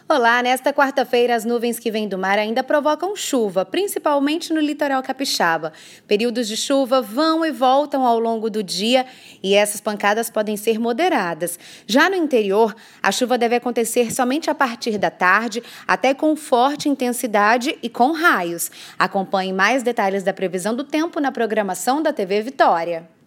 Olá, nesta quarta-feira as nuvens que vêm do mar ainda provocam chuva, principalmente no litoral capixaba. Períodos de chuva vão e voltam ao longo do dia e essas pancadas podem ser moderadas. Já no interior, a chuva deve acontecer somente a partir da tarde, até com forte intensidade e com raios. Acompanhe mais detalhes da previsão do tempo na programação da TV Vitória.